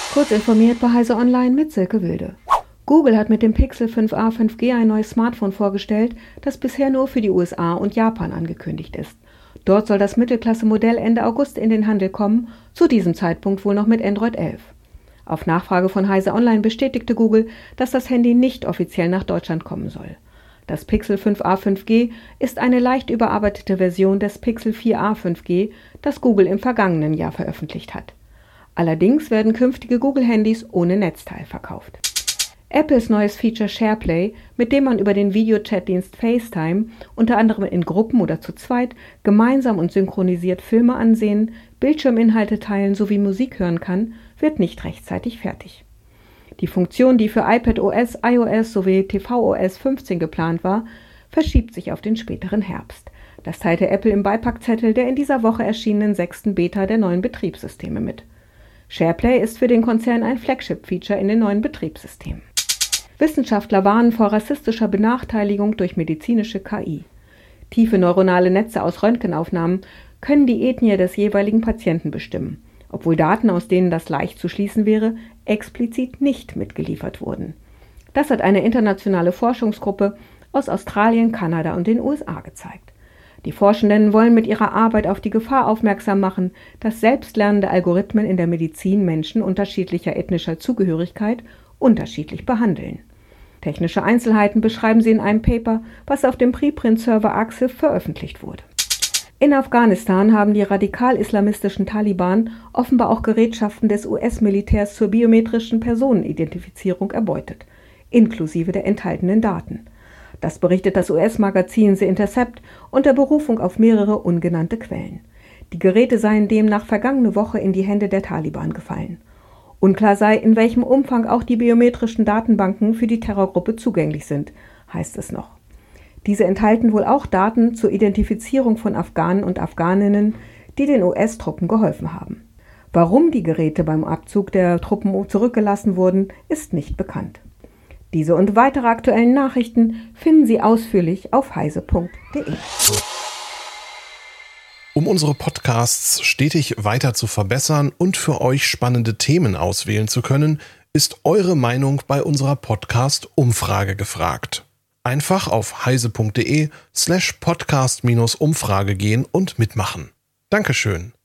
Kurz informiert bei Heise Online mit Silke Wilde. Google hat mit dem Pixel 5a 5G ein neues Smartphone vorgestellt, das bisher nur für die USA und Japan angekündigt ist. Dort soll das Mittelklasse-Modell Ende August in den Handel kommen, zu diesem Zeitpunkt wohl noch mit Android 11. Auf Nachfrage von Heise Online bestätigte Google, dass das Handy nicht offiziell nach Deutschland kommen soll. Das Pixel 5a 5G ist eine leicht überarbeitete Version des Pixel 4a 5G, das Google im vergangenen Jahr veröffentlicht hat. Allerdings werden künftige Google-Handys ohne Netzteil verkauft. Apples neues Feature SharePlay, mit dem man über den Videochatdienst FaceTime unter anderem in Gruppen oder zu zweit gemeinsam und synchronisiert Filme ansehen, Bildschirminhalte teilen sowie Musik hören kann, wird nicht rechtzeitig fertig. Die Funktion, die für iPadOS, iOS sowie tvOS 15 geplant war, verschiebt sich auf den späteren Herbst. Das teilte Apple im Beipackzettel der in dieser Woche erschienenen 6. Beta der neuen Betriebssysteme mit. SharePlay ist für den Konzern ein Flagship-Feature in den neuen Betriebssystemen. Wissenschaftler warnen vor rassistischer Benachteiligung durch medizinische KI. Tiefe neuronale Netze aus Röntgenaufnahmen können die Ethnie des jeweiligen Patienten bestimmen, obwohl Daten, aus denen das leicht zu schließen wäre, explizit nicht mitgeliefert wurden. Das hat eine internationale Forschungsgruppe aus Australien, Kanada und den USA gezeigt. Die Forschenden wollen mit ihrer Arbeit auf die Gefahr aufmerksam machen, dass selbstlernende Algorithmen in der Medizin Menschen unterschiedlicher ethnischer Zugehörigkeit unterschiedlich behandeln. Technische Einzelheiten beschreiben sie in einem Paper, was auf dem Preprint-Server Axif veröffentlicht wurde. In Afghanistan haben die radikal-islamistischen Taliban offenbar auch Gerätschaften des US-Militärs zur biometrischen Personenidentifizierung erbeutet, inklusive der enthaltenen Daten. Das berichtet das US-Magazin The Intercept unter Berufung auf mehrere ungenannte Quellen. Die Geräte seien demnach vergangene Woche in die Hände der Taliban gefallen. Unklar sei, in welchem Umfang auch die biometrischen Datenbanken für die Terrorgruppe zugänglich sind, heißt es noch. Diese enthalten wohl auch Daten zur Identifizierung von Afghanen und Afghaninnen, die den US-Truppen geholfen haben. Warum die Geräte beim Abzug der Truppen zurückgelassen wurden, ist nicht bekannt. Diese und weitere aktuellen Nachrichten finden Sie ausführlich auf heise.de. Um unsere Podcasts stetig weiter zu verbessern und für euch spannende Themen auswählen zu können, ist eure Meinung bei unserer Podcast-Umfrage gefragt. Einfach auf heise.de/podcast-Umfrage gehen und mitmachen. Dankeschön.